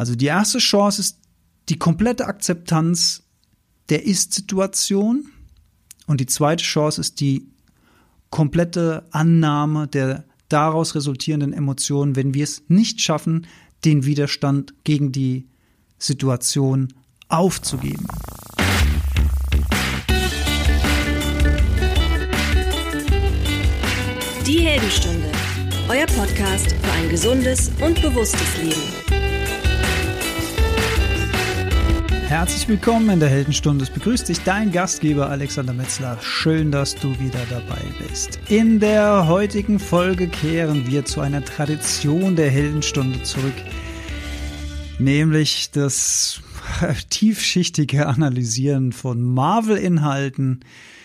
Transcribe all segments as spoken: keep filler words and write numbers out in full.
Also die erste Chance ist die komplette Akzeptanz der Ist-Situation und die zweite Chance ist die komplette Annahme der daraus resultierenden Emotionen, wenn wir es nicht schaffen, den Widerstand gegen die Situation aufzugeben. Die Heldenstunde, euer Podcast für ein gesundes und bewusstes Leben. Herzlich willkommen in der Heldenstunde. Es begrüßt dich dein Gastgeber Alexander Metzler. Schön, dass du wieder dabei bist. In der heutigen Folge kehren wir zu einer Tradition der Heldenstunde zurück, nämlich das tiefschichtige Analysieren von Marvel-Inhalten.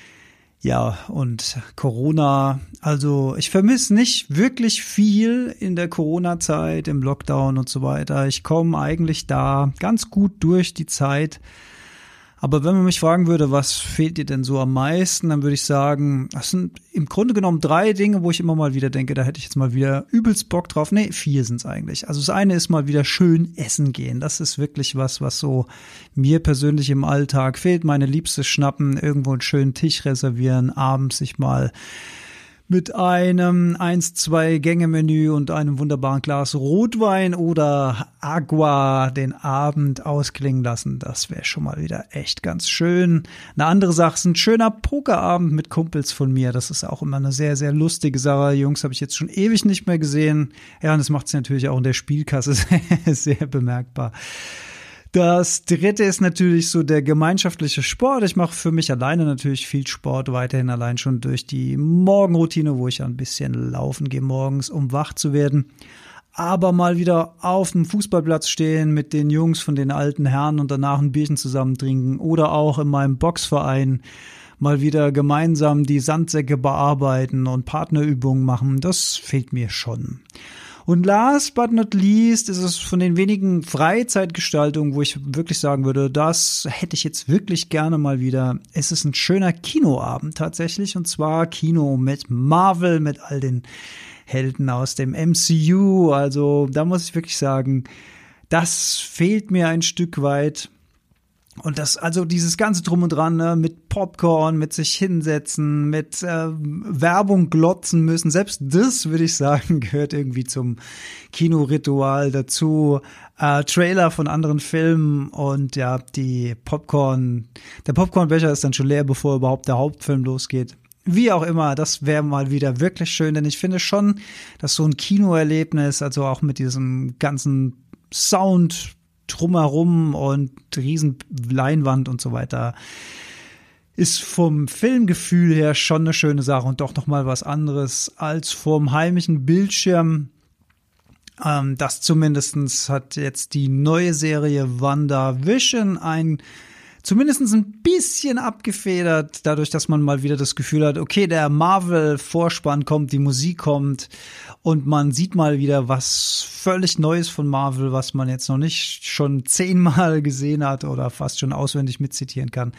Ja, und Corona, also ich vermisse nicht wirklich viel in der Corona-Zeit, im Lockdown und so weiter. Ich komme eigentlich da ganz gut durch die Zeit. Aber wenn man mich fragen würde, was fehlt dir denn so am meisten, dann würde ich sagen, das sind im Grunde genommen drei Dinge, wo ich immer mal wieder denke, da hätte ich jetzt mal wieder übelst Bock drauf. Nee, vier sind es eigentlich. Also das eine ist mal wieder schön essen gehen. Das ist wirklich was, was so mir persönlich im Alltag fehlt. Meine Liebste schnappen, irgendwo einen schönen Tisch reservieren, abends sich mal mit einem eins zwei Gänge Menü und einem wunderbaren Glas Rotwein oder Agua den Abend ausklingen lassen. Das wäre schon mal wieder echt ganz schön. Eine andere Sache ist ein schöner Pokerabend mit Kumpels von mir. Das ist auch immer eine sehr, sehr lustige Sache. Die Jungs habe ich jetzt schon ewig nicht mehr gesehen. Ja, und das macht es natürlich auch in der Spielkasse sehr, sehr bemerkbar. Das dritte ist natürlich so der gemeinschaftliche Sport. Ich mache für mich alleine natürlich viel Sport, weiterhin allein schon durch die Morgenroutine, wo ich ein bisschen laufen gehe morgens, um wach zu werden. Aber mal wieder auf dem Fußballplatz stehen mit den Jungs von den alten Herren und danach ein Bierchen zusammen trinken oder auch in meinem Boxverein mal wieder gemeinsam die Sandsäcke bearbeiten und Partnerübungen machen. Das fehlt mir schon. Und last but not least ist es von den wenigen Freizeitgestaltungen, wo ich wirklich sagen würde, das hätte ich jetzt wirklich gerne mal wieder. Es ist ein schöner Kinoabend tatsächlich, und zwar Kino mit Marvel, mit all den Helden aus dem M C U. Also da muss ich wirklich sagen, das fehlt mir ein Stück weit. Und das, also dieses ganze Drum und Dran, ne, mit Popcorn, mit sich hinsetzen, mit äh, Werbung glotzen müssen, selbst das, würde ich sagen, gehört irgendwie zum Kinoritual dazu. Äh, Trailer von anderen Filmen und ja, die Popcorn, der Popcornbecher ist dann schon leer, bevor überhaupt der Hauptfilm losgeht. Wie auch immer, das wäre mal wieder wirklich schön, denn ich finde schon, dass so ein Kinoerlebnis, also auch mit diesem ganzen Sound drumherum und riesen Leinwand und so weiter, ist vom Filmgefühl her schon eine schöne Sache und doch noch mal was anderes als vom heimischen Bildschirm. Ähm, das zumindestens hat jetzt die neue Serie WandaVision ein zumindest ein bisschen abgefedert, dadurch, dass man mal wieder das Gefühl hat, okay, der Marvel-Vorspann kommt, die Musik kommt und man sieht mal wieder was völlig Neues von Marvel, was man jetzt noch nicht schon zehnmal gesehen hat oder fast schon auswendig mitzitieren kann.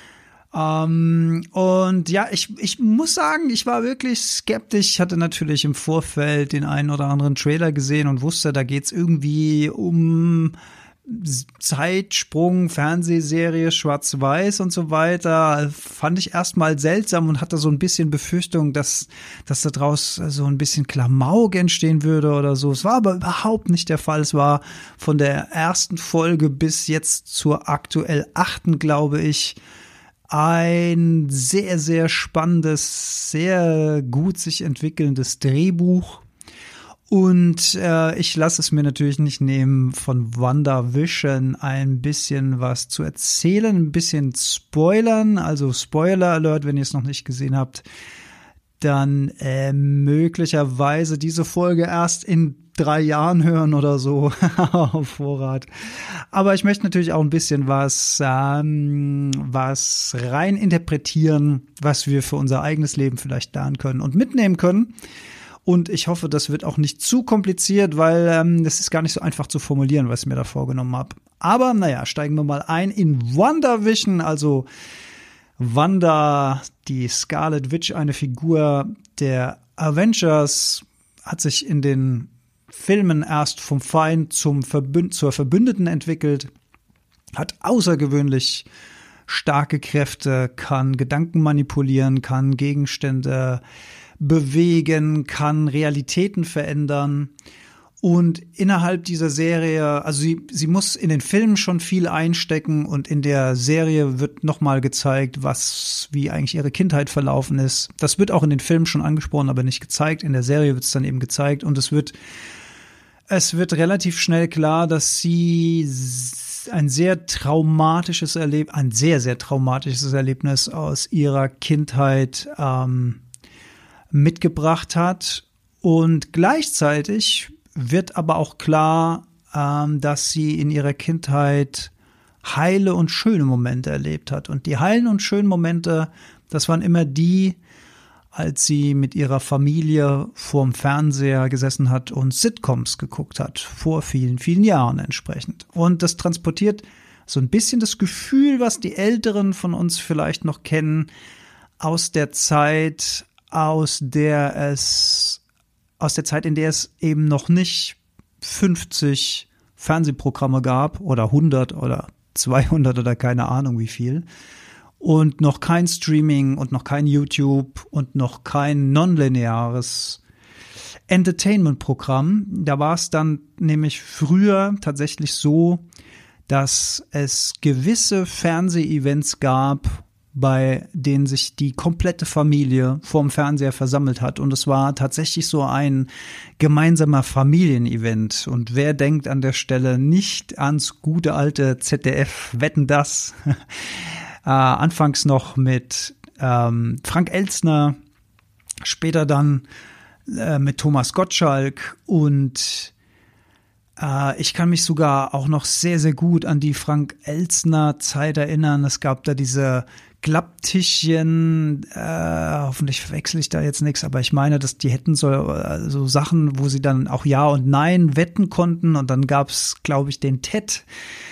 Ähm, und ja, ich, ich muss sagen, ich war wirklich skeptisch. Ich hatte natürlich im Vorfeld den einen oder anderen Trailer gesehen und wusste, da geht's irgendwie um Zeitsprung, Fernsehserie, Schwarz-Weiß und so weiter, fand ich erstmal seltsam und hatte so ein bisschen Befürchtung, dass, dass da draus so ein bisschen Klamauk entstehen würde oder so. Es war aber überhaupt nicht der Fall. Es war von der ersten Folge bis jetzt zur aktuell achten, glaube ich, ein sehr, sehr spannendes, sehr gut sich entwickelndes Drehbuch. Und äh, ich lasse es mir natürlich nicht nehmen, von WandaVision ein bisschen was zu erzählen, ein bisschen spoilern. Also Spoiler Alert, wenn ihr es noch nicht gesehen habt, dann äh, möglicherweise diese Folge erst in drei Jahren hören oder so auf Vorrat. Aber ich möchte natürlich auch ein bisschen was, ähm, was rein interpretieren, was wir für unser eigenes Leben vielleicht lernen können und mitnehmen können. Und ich hoffe, das wird auch nicht zu kompliziert, weil ähm, das ist gar nicht so einfach zu formulieren, was ich mir da vorgenommen habe. Aber naja, steigen wir mal ein in WandaVision, also Wanda, die Scarlet Witch, eine Figur der Avengers, hat sich in den Filmen erst vom Feind zum Verbünd- zur Verbündeten entwickelt, hat außergewöhnlich starke Kräfte, kann Gedanken manipulieren, kann Gegenstände bewegen, kann Realitäten verändern. Und innerhalb dieser Serie, also sie, sie muss in den Filmen schon viel einstecken und in der Serie wird nochmal gezeigt, was, wie eigentlich ihre Kindheit verlaufen ist. Das wird auch in den Filmen schon angesprochen, aber nicht gezeigt. In der Serie wird es dann eben gezeigt und es wird, es wird relativ schnell klar, dass sie ein sehr traumatisches Erlebnis, ein sehr, sehr traumatisches Erlebnis aus ihrer Kindheit ähm, mitgebracht hat und gleichzeitig wird aber auch klar, ähm, dass sie in ihrer Kindheit heile und schöne Momente erlebt hat. Und die heilen und schönen Momente, das waren immer die, als sie mit ihrer Familie vorm Fernseher gesessen hat und Sitcoms geguckt hat, vor vielen, vielen Jahren entsprechend. Und das transportiert so ein bisschen das Gefühl, was die Älteren von uns vielleicht noch kennen, aus der Zeit, aus der es aus der Zeit, in der es eben noch nicht fünfzig Fernsehprogramme gab oder hundert oder zweihundert oder keine Ahnung wie viel und noch kein Streaming und noch kein YouTube und noch kein nonlineares Entertainment-Programm. Da war es dann nämlich früher tatsächlich so, dass es gewisse Fernseh-Events gab, bei denen sich die komplette Familie vorm Fernseher versammelt hat. Und es war tatsächlich so ein gemeinsamer Familienevent. Und wer denkt an der Stelle nicht ans gute alte Z D F Wetten, dass? äh, anfangs noch mit ähm, Frank Elstner, später dann äh, mit Thomas Gottschalk und ich kann mich sogar auch noch sehr, sehr gut an die Frank-Elstner-Zeit erinnern. Es gab da diese Klapptischchen, äh, hoffentlich verwechsel ich da jetzt nichts, aber ich meine, dass die hätten so, äh, so Sachen, wo sie dann auch Ja und Nein wetten konnten. Und dann gab es, glaube ich, den T E D,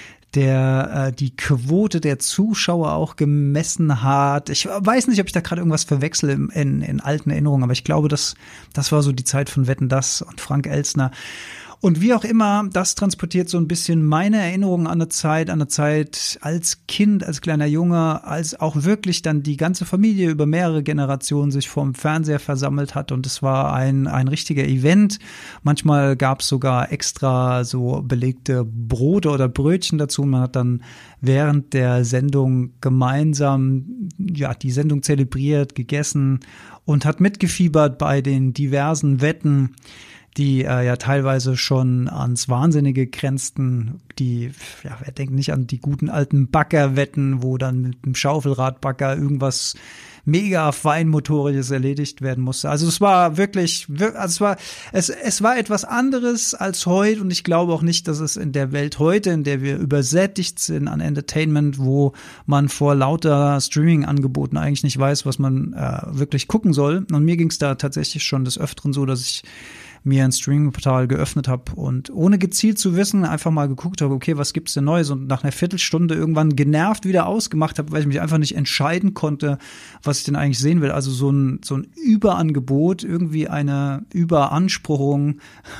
der äh, die Quote der Zuschauer auch gemessen hat. Ich weiß nicht, ob ich da gerade irgendwas verwechsel in, in, in alten Erinnerungen, aber ich glaube, das, das war so die Zeit von Wetten, dass und Frank Elstner. Und wie auch immer, das transportiert so ein bisschen meine Erinnerungen an eine Zeit, an eine Zeit als Kind, als kleiner Junge, als auch wirklich dann die ganze Familie über mehrere Generationen sich vorm Fernseher versammelt hat. Und es war ein, ein richtiger Event. Manchmal gab es sogar extra so belegte Brote oder Brötchen dazu. Man hat dann während der Sendung gemeinsam, ja, die Sendung zelebriert, gegessen und hat mitgefiebert bei den diversen Wetten, die äh, ja teilweise schon ans Wahnsinnige grenzten. Die, ja, wer denkt nicht an die guten alten Baggerwetten, wo dann mit dem Schaufelradbagger irgendwas mega feinmotoriges erledigt werden musste. Also es war wirklich, also es war, es, es war etwas anderes als heute und ich glaube auch nicht, dass es in der Welt heute, in der wir übersättigt sind an Entertainment, wo man vor lauter Streaming-Angeboten eigentlich nicht weiß, was man äh, wirklich gucken soll. Und mir ging es da tatsächlich schon des Öfteren so, dass ich mir ein Streaming-Portal geöffnet habe und ohne gezielt zu wissen einfach mal geguckt habe, okay, was gibt's denn Neues und nach einer Viertelstunde irgendwann genervt wieder ausgemacht habe, weil ich mich einfach nicht entscheiden konnte, was ich denn eigentlich sehen will. Also so ein so ein Überangebot, irgendwie eine Überanspruchung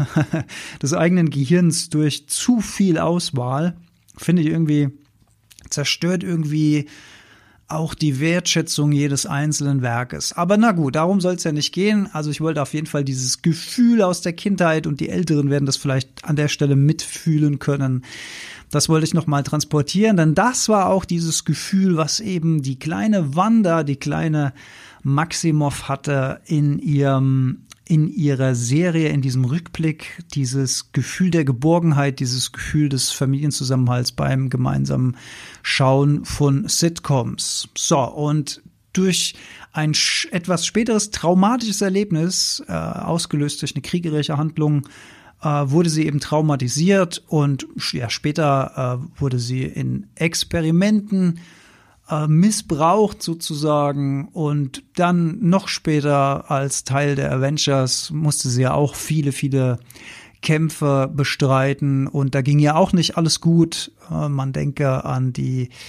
des eigenen Gehirns durch zu viel Auswahl, finde ich irgendwie, zerstört irgendwie auch die Wertschätzung jedes einzelnen Werkes. Aber na gut, darum soll es ja nicht gehen. Also ich wollte auf jeden Fall dieses Gefühl aus der Kindheit und die Älteren werden das vielleicht an der Stelle mitfühlen können. Das wollte ich nochmal transportieren, denn das war auch dieses Gefühl, was eben die kleine Wanda, die kleine Maximoff hatte in ihrem in ihrer Serie, in diesem Rückblick, dieses Gefühl der Geborgenheit, dieses Gefühl des Familienzusammenhalts beim gemeinsamen Schauen von Sitcoms. So, und durch ein sch- etwas späteres traumatisches Erlebnis, äh, ausgelöst durch eine kriegerische Handlung, äh, wurde sie eben traumatisiert und ja, später äh, wurde sie in Experimenten missbraucht sozusagen und dann noch später als Teil der Avengers musste sie ja auch viele, viele Kämpfe bestreiten und da ging ja auch nicht alles gut. Man denke an die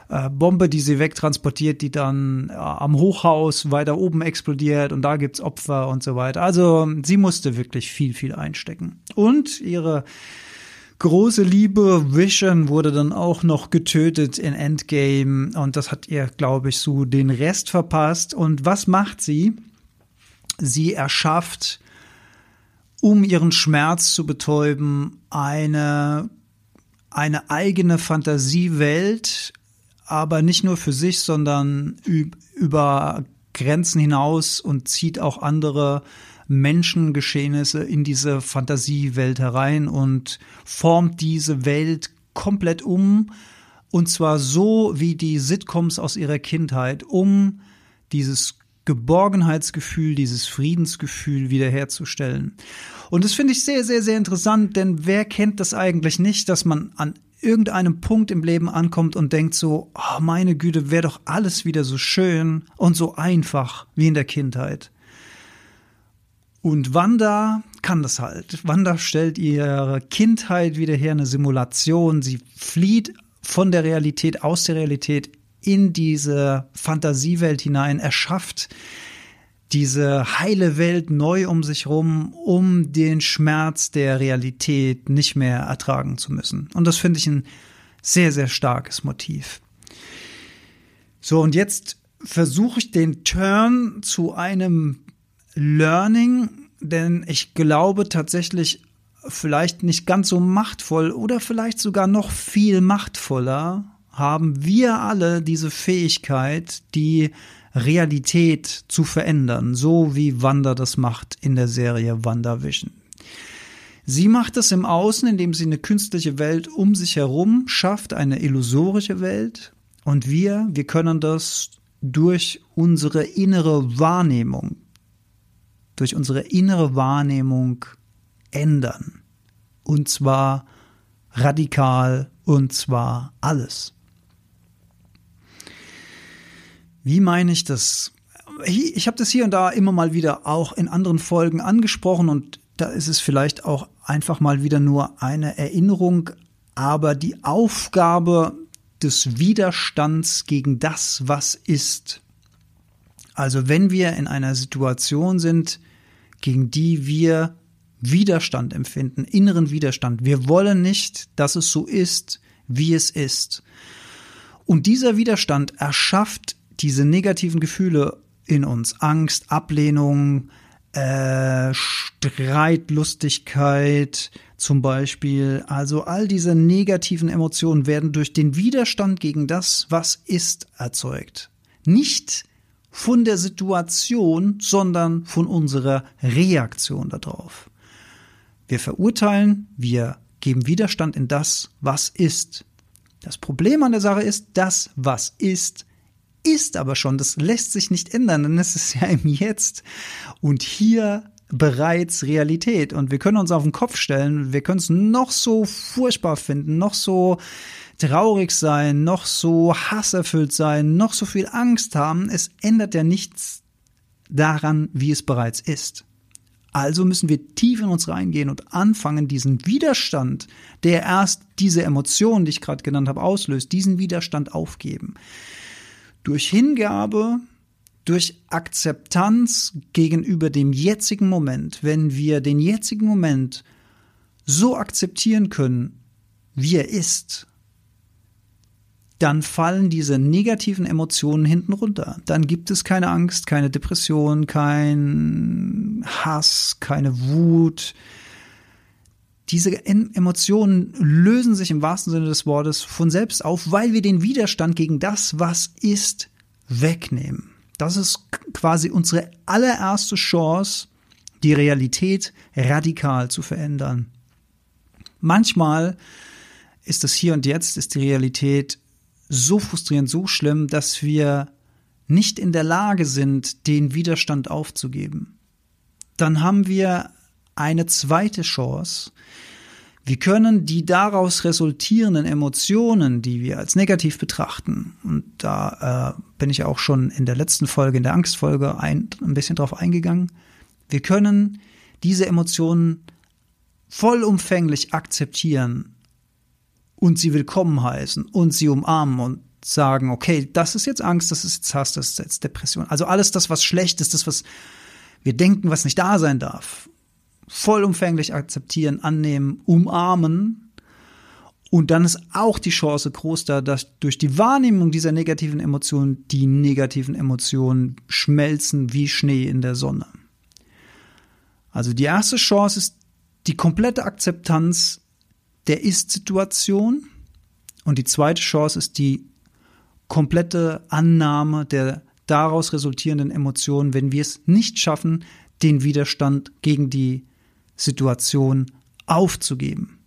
äh, Bombe, die sie wegtransportiert, die dann äh, am Hochhaus weiter oben explodiert und da gibt's Opfer und so weiter. Also sie musste wirklich viel, viel einstecken. Und ihre große Liebe Vision wurde dann auch noch getötet in Endgame und das hat ihr, glaube ich, so den Rest verpasst. Und was macht sie? Sie erschafft, um ihren Schmerz zu betäuben, eine, eine eigene Fantasiewelt, aber nicht nur für sich, sondern über Grenzen hinaus und zieht auch andere Menschengeschehnisse in diese Fantasiewelt herein und formt diese Welt komplett um, und zwar so wie die Sitcoms aus ihrer Kindheit, um dieses Geborgenheitsgefühl, dieses Friedensgefühl wiederherzustellen. Und das finde ich sehr, sehr, sehr interessant, denn wer kennt das eigentlich nicht, dass man an irgendeinem Punkt im Leben ankommt und denkt so, oh, meine Güte, wäre doch alles wieder so schön und so einfach wie in der Kindheit. Und Wanda kann das halt. Wanda stellt ihre Kindheit wieder her, eine Simulation. Sie flieht von der Realität, aus der Realität in diese Fantasiewelt hinein, erschafft diese heile Welt neu um sich rum, um den Schmerz der Realität nicht mehr ertragen zu müssen. Und das finde ich ein sehr, sehr starkes Motiv. So, und jetzt versuche ich den Turn zu einem Learning, denn ich glaube tatsächlich, vielleicht nicht ganz so machtvoll oder vielleicht sogar noch viel machtvoller, haben wir alle diese Fähigkeit, die Realität zu verändern, so wie Wanda das macht in der Serie WandaVision. Sie macht es im Außen, indem sie eine künstliche Welt um sich herum schafft, eine illusorische Welt, und wir, wir können das durch unsere innere Wahrnehmung durch unsere innere Wahrnehmung ändern. Und zwar radikal, und zwar alles. Wie meine ich das? Ich habe das hier und da immer mal wieder auch in anderen Folgen angesprochen und da ist es vielleicht auch einfach mal wieder nur eine Erinnerung, aber die Aufgabe des Widerstands gegen das, was ist. Also wenn wir in einer Situation sind, gegen die wir Widerstand empfinden, inneren Widerstand. Wir wollen nicht, dass es so ist, wie es ist. Und dieser Widerstand erschafft diese negativen Gefühle in uns. Angst, Ablehnung, äh, Streitlustigkeit zum Beispiel. Also all diese negativen Emotionen werden durch den Widerstand gegen das, was ist, erzeugt. Nicht von der Situation, sondern von unserer Reaktion darauf. Wir verurteilen, wir geben Widerstand in das, was ist. Das Problem an der Sache ist, das, was ist, ist aber schon. Das lässt sich nicht ändern, denn es ist ja im Jetzt und hier bereits Realität. Und wir können uns auf den Kopf stellen, wir können es noch so furchtbar finden, noch so traurig sein, noch so hasserfüllt sein, noch so viel Angst haben. Es ändert ja nichts daran, wie es bereits ist. Also müssen wir tief in uns reingehen und anfangen, diesen Widerstand, der erst diese Emotionen, die ich gerade genannt habe, auslöst, diesen Widerstand aufgeben. Durch Hingabe, durch Akzeptanz gegenüber dem jetzigen Moment, wenn wir den jetzigen Moment so akzeptieren können, wie er ist, dann fallen diese negativen Emotionen hinten runter. Dann gibt es keine Angst, keine Depression, kein Hass, keine Wut. Diese Emotionen lösen sich im wahrsten Sinne des Wortes von selbst auf, weil wir den Widerstand gegen das, was ist, wegnehmen. Das ist quasi unsere allererste Chance, die Realität radikal zu verändern. Manchmal ist das Hier und Jetzt, ist die Realität so frustrierend, so schlimm, dass wir nicht in der Lage sind, den Widerstand aufzugeben. Dann haben wir eine zweite Chance. Wir können die daraus resultierenden Emotionen, die wir als negativ betrachten, und da äh, bin ich auch schon in der letzten Folge, in der Angstfolge ein, ein bisschen drauf eingegangen, wir können diese Emotionen vollumfänglich akzeptieren und sie willkommen heißen und sie umarmen und sagen, okay, das ist jetzt Angst, das ist jetzt Hass, das ist jetzt Depression. Also alles das, was schlecht ist, das, was wir denken, was nicht da sein darf, vollumfänglich akzeptieren, annehmen, umarmen. Und dann ist auch die Chance groß da, dass durch die Wahrnehmung dieser negativen Emotionen die negativen Emotionen schmelzen wie Schnee in der Sonne. Also die erste Chance ist die komplette Akzeptanz der Ist-Situation und die zweite Chance ist die komplette Annahme der daraus resultierenden Emotionen, wenn wir es nicht schaffen, den Widerstand gegen die Situation aufzugeben.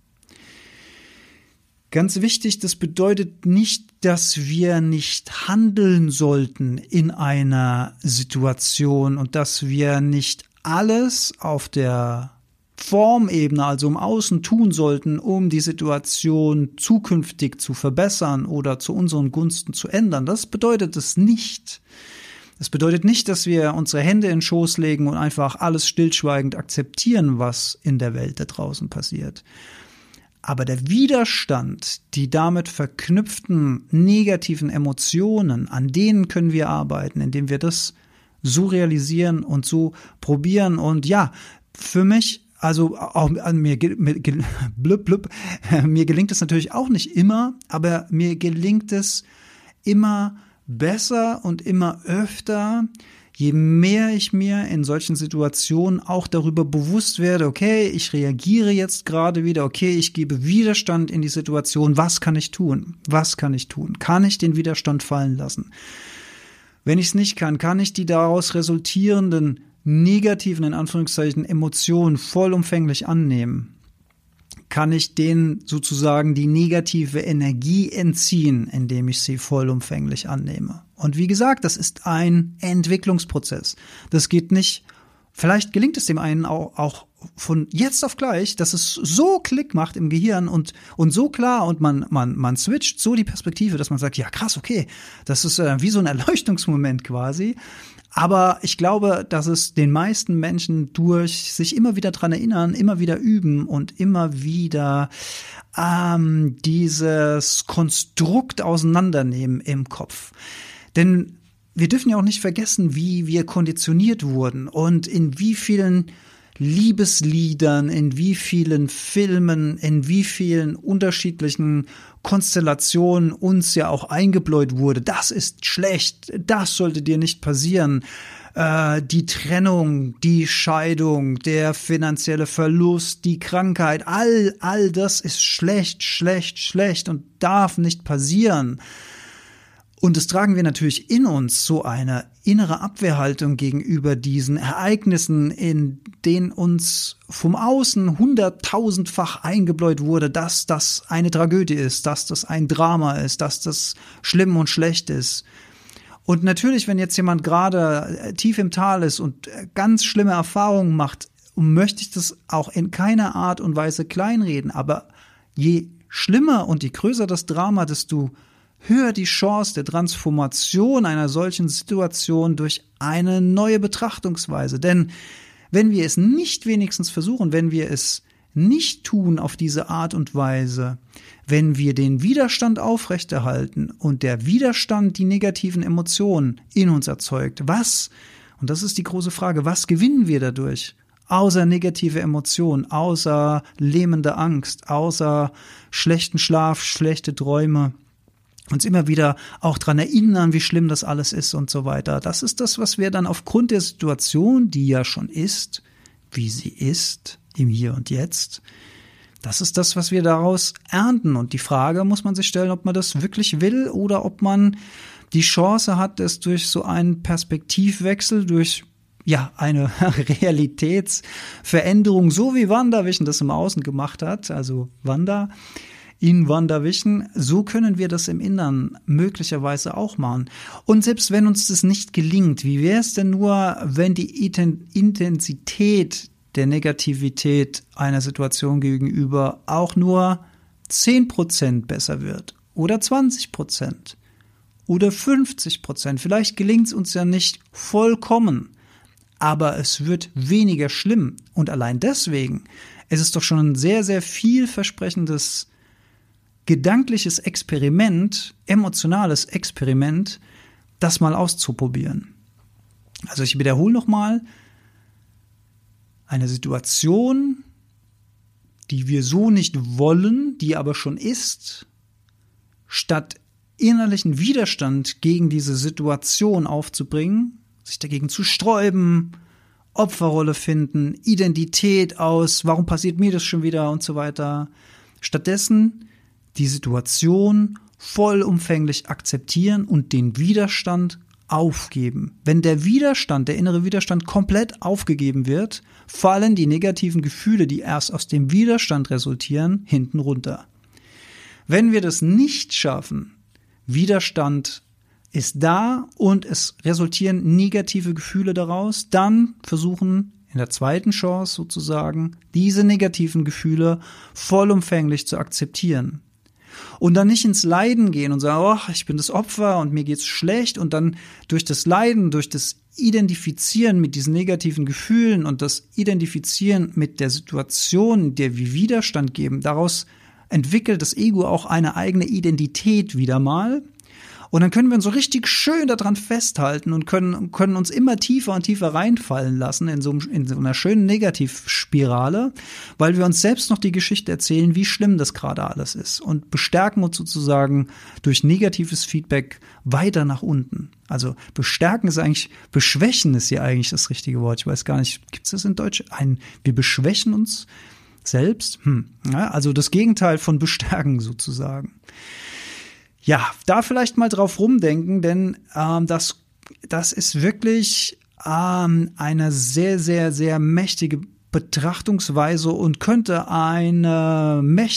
Ganz wichtig, das bedeutet nicht, dass wir nicht handeln sollten in einer Situation und dass wir nicht alles auf der Formebene, also im Außen, tun sollten, um die Situation zukünftig zu verbessern oder zu unseren Gunsten zu ändern. Das bedeutet es nicht. Das bedeutet nicht, dass wir unsere Hände in den Schoß legen und einfach alles stillschweigend akzeptieren, was in der Welt da draußen passiert. Aber der Widerstand, die damit verknüpften negativen Emotionen, an denen können wir arbeiten, indem wir das so realisieren und so probieren. Und ja, für mich, also auch an mir, mir, blub, blub, mir gelingt es natürlich auch nicht immer, aber mir gelingt es immer besser und immer öfter, je mehr ich mir in solchen Situationen auch darüber bewusst werde, okay, ich reagiere jetzt gerade wieder, okay, ich gebe Widerstand in die Situation, was kann ich tun? Was kann ich tun? Kann ich den Widerstand fallen lassen? Wenn ich es nicht kann, kann ich die daraus resultierenden negativen, in Anführungszeichen, Emotionen vollumfänglich annehmen? Kann ich denen sozusagen die negative Energie entziehen, indem ich sie vollumfänglich annehme? Und wie gesagt, das ist ein Entwicklungsprozess. Das geht nicht, vielleicht gelingt es dem einen auch, auch von jetzt auf gleich, dass es so Klick macht im Gehirn und, und so klar und man, man, man switcht so die Perspektive, dass man sagt, ja krass, okay, das ist äh, wie so ein Erleuchtungsmoment quasi. Aber ich glaube, dass es den meisten Menschen durch sich immer wieder dran erinnern, immer wieder üben und immer wieder ähm, dieses Konstrukt auseinandernehmen im Kopf. Denn wir dürfen ja auch nicht vergessen, wie wir konditioniert wurden und in wie vielen Liebesliedern, in wie vielen Filmen, in wie vielen unterschiedlichen Konstellationen uns ja auch eingebläut wurde. Das ist schlecht, das sollte dir nicht passieren. Äh, die Trennung, die Scheidung, der finanzielle Verlust, die Krankheit, all, all das ist schlecht, schlecht, schlecht und darf nicht passieren. Und das tragen wir natürlich in uns, so eine innere Abwehrhaltung gegenüber diesen Ereignissen, in denen uns vom Außen hunderttausendfach eingebläut wurde, dass das eine Tragödie ist, dass das ein Drama ist, dass das schlimm und schlecht ist. Und natürlich, wenn jetzt jemand gerade tief im Tal ist und ganz schlimme Erfahrungen macht, möchte ich das auch in keiner Art und Weise kleinreden. Aber je schlimmer und je größer das Drama, desto höher die Chance der Transformation einer solchen Situation durch eine neue Betrachtungsweise. Denn wenn wir es nicht wenigstens versuchen, wenn wir es nicht tun auf diese Art und Weise, wenn wir den Widerstand aufrechterhalten und der Widerstand die negativen Emotionen in uns erzeugt, was, und das ist die große Frage, was gewinnen wir dadurch? Außer negative Emotionen, außer lähmende Angst, außer schlechten Schlaf, schlechte Träume, uns immer wieder auch dran erinnern, wie schlimm das alles ist und so weiter. Das ist das, was wir dann aufgrund der Situation, die ja schon ist, wie sie ist, im Hier und Jetzt, das ist das, was wir daraus ernten. Und die Frage muss man sich stellen, ob man das wirklich will oder ob man die Chance hat, es durch so einen Perspektivwechsel, durch ja eine Realitätsveränderung, so wie WandaVision das im Außen gemacht hat, also Wanda, in WandaVision, so können wir das im Inneren möglicherweise auch machen. Und selbst wenn uns das nicht gelingt, wie wäre es denn nur, wenn die Intensität der Negativität einer Situation gegenüber auch nur zehn Prozent besser wird oder zwanzig Prozent oder fünfzig Prozent? Vielleicht gelingt es uns ja nicht vollkommen, aber es wird weniger schlimm. Und allein deswegen ist es doch schon ein sehr, sehr vielversprechendes gedankliches Experiment, emotionales Experiment, das mal auszuprobieren. Also ich wiederhole nochmal, eine Situation, die wir so nicht wollen, die aber schon ist, statt innerlichen Widerstand gegen diese Situation aufzubringen, sich dagegen zu sträuben, Opferrolle finden, Identität aus, warum passiert mir das schon wieder und so weiter. Stattdessen die Situation vollumfänglich akzeptieren und den Widerstand aufgeben. Wenn der Widerstand, der innere Widerstand komplett aufgegeben wird, fallen die negativen Gefühle, die erst aus dem Widerstand resultieren, hinten runter. Wenn wir das nicht schaffen, Widerstand ist da und es resultieren negative Gefühle daraus, dann versuchen in der zweiten Chance sozusagen, diese negativen Gefühle vollumfänglich zu akzeptieren. Und dann nicht ins Leiden gehen und sagen, oh, ich bin das Opfer und mir geht's schlecht, und dann durch das Leiden, durch das Identifizieren mit diesen negativen Gefühlen und das Identifizieren mit der Situation, der wir Widerstand geben, daraus entwickelt das Ego auch eine eigene Identität wieder mal. Und dann können wir uns so richtig schön daran festhalten und können, können uns immer tiefer und tiefer reinfallen lassen in so, in so einer schönen Negativspirale, weil wir uns selbst noch die Geschichte erzählen, wie schlimm das gerade alles ist, und bestärken uns sozusagen durch negatives Feedback weiter nach unten. Also bestärken ist eigentlich, beschwächen ist hier eigentlich das richtige Wort. Ich weiß gar nicht, gibt es das in Deutsch? Ein, wir beschwächen uns selbst? Hm. Ja, also das Gegenteil von bestärken sozusagen. Ja, da vielleicht mal drauf rumdenken, denn ähm, das, das ist wirklich ähm, eine sehr, sehr, sehr mächtige Betrachtungsweise und könnte ein äh,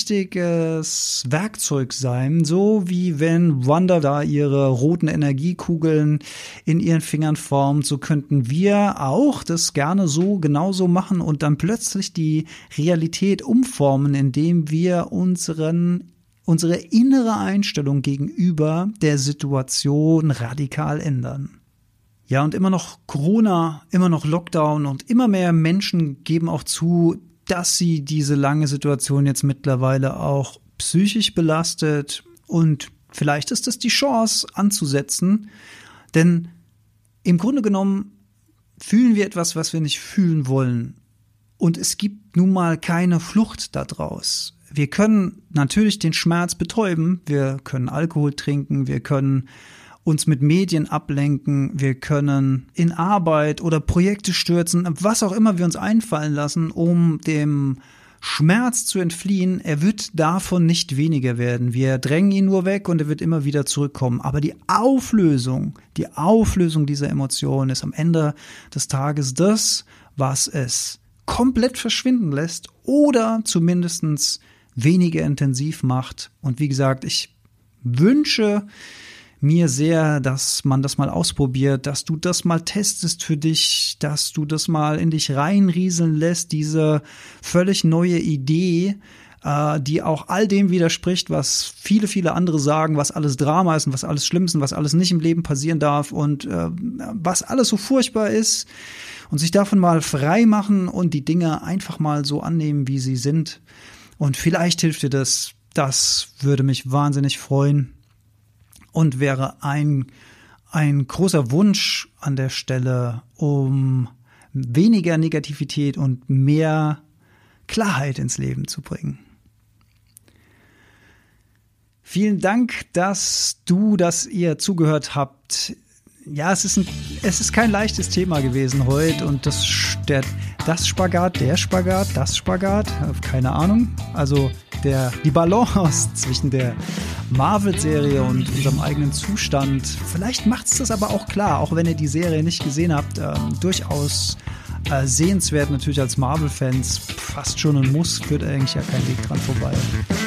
mächtiges Werkzeug sein, so wie wenn Wanda da ihre roten Energiekugeln in ihren Fingern formt, so könnten wir auch das gerne so genauso machen und dann plötzlich die Realität umformen, indem wir unseren unsere innere Einstellung gegenüber der Situation radikal ändern. Ja, und immer noch Corona, immer noch Lockdown und immer mehr Menschen geben auch zu, dass sie diese lange Situation jetzt mittlerweile auch psychisch belastet, und vielleicht ist es die Chance anzusetzen, denn im Grunde genommen fühlen wir etwas, was wir nicht fühlen wollen, und es gibt nun mal keine Flucht daraus. Wir können natürlich den Schmerz betäuben, wir können Alkohol trinken, wir können uns mit Medien ablenken, wir können in Arbeit oder Projekte stürzen, was auch immer wir uns einfallen lassen, um dem Schmerz zu entfliehen. Er wird davon nicht weniger werden. Wir drängen ihn nur weg und er wird immer wieder zurückkommen. Aber die Auflösung, die Auflösung dieser Emotion ist am Ende des Tages das, was es komplett verschwinden lässt oder zumindest weniger intensiv macht. Und wie gesagt, ich wünsche mir sehr, dass man das mal ausprobiert, dass du das mal testest für dich, dass du das mal in dich reinrieseln lässt, diese völlig neue Idee, äh, die auch all dem widerspricht, was viele, viele andere sagen, was alles Drama ist und was alles schlimm ist und was alles nicht im Leben passieren darf und äh, was alles so furchtbar ist, und sich davon mal frei machen und die Dinge einfach mal so annehmen, wie sie sind. Und vielleicht hilft dir das, das würde mich wahnsinnig freuen und wäre ein, ein großer Wunsch an der Stelle, um weniger Negativität und mehr Klarheit ins Leben zu bringen. Vielen Dank, dass du, dass ihr zugehört habt. Ja, es ist, ein, es ist kein leichtes Thema gewesen heute, und das, der, das Spagat, der Spagat, das Spagat, keine Ahnung. Also der, die Balance zwischen der Marvel-Serie und unserem eigenen Zustand. Vielleicht macht es das aber auch klar, auch wenn ihr die Serie nicht gesehen habt, ähm, durchaus äh, sehenswert natürlich als Marvel-Fans, fast schon ein Muss, führt eigentlich ja kein Weg dran vorbei.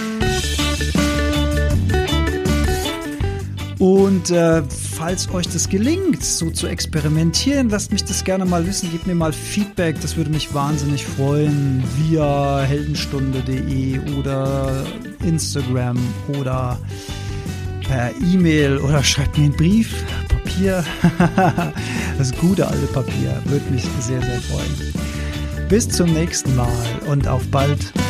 Und äh, falls euch das gelingt, so zu experimentieren, lasst mich das gerne mal wissen, gebt mir mal Feedback, das würde mich wahnsinnig freuen, via heldenstunde punkt de oder Instagram oder per E-Mail oder schreibt mir einen Brief, Papier, das gute alte Papier, würde mich sehr, sehr freuen. Bis zum nächsten Mal und auf bald.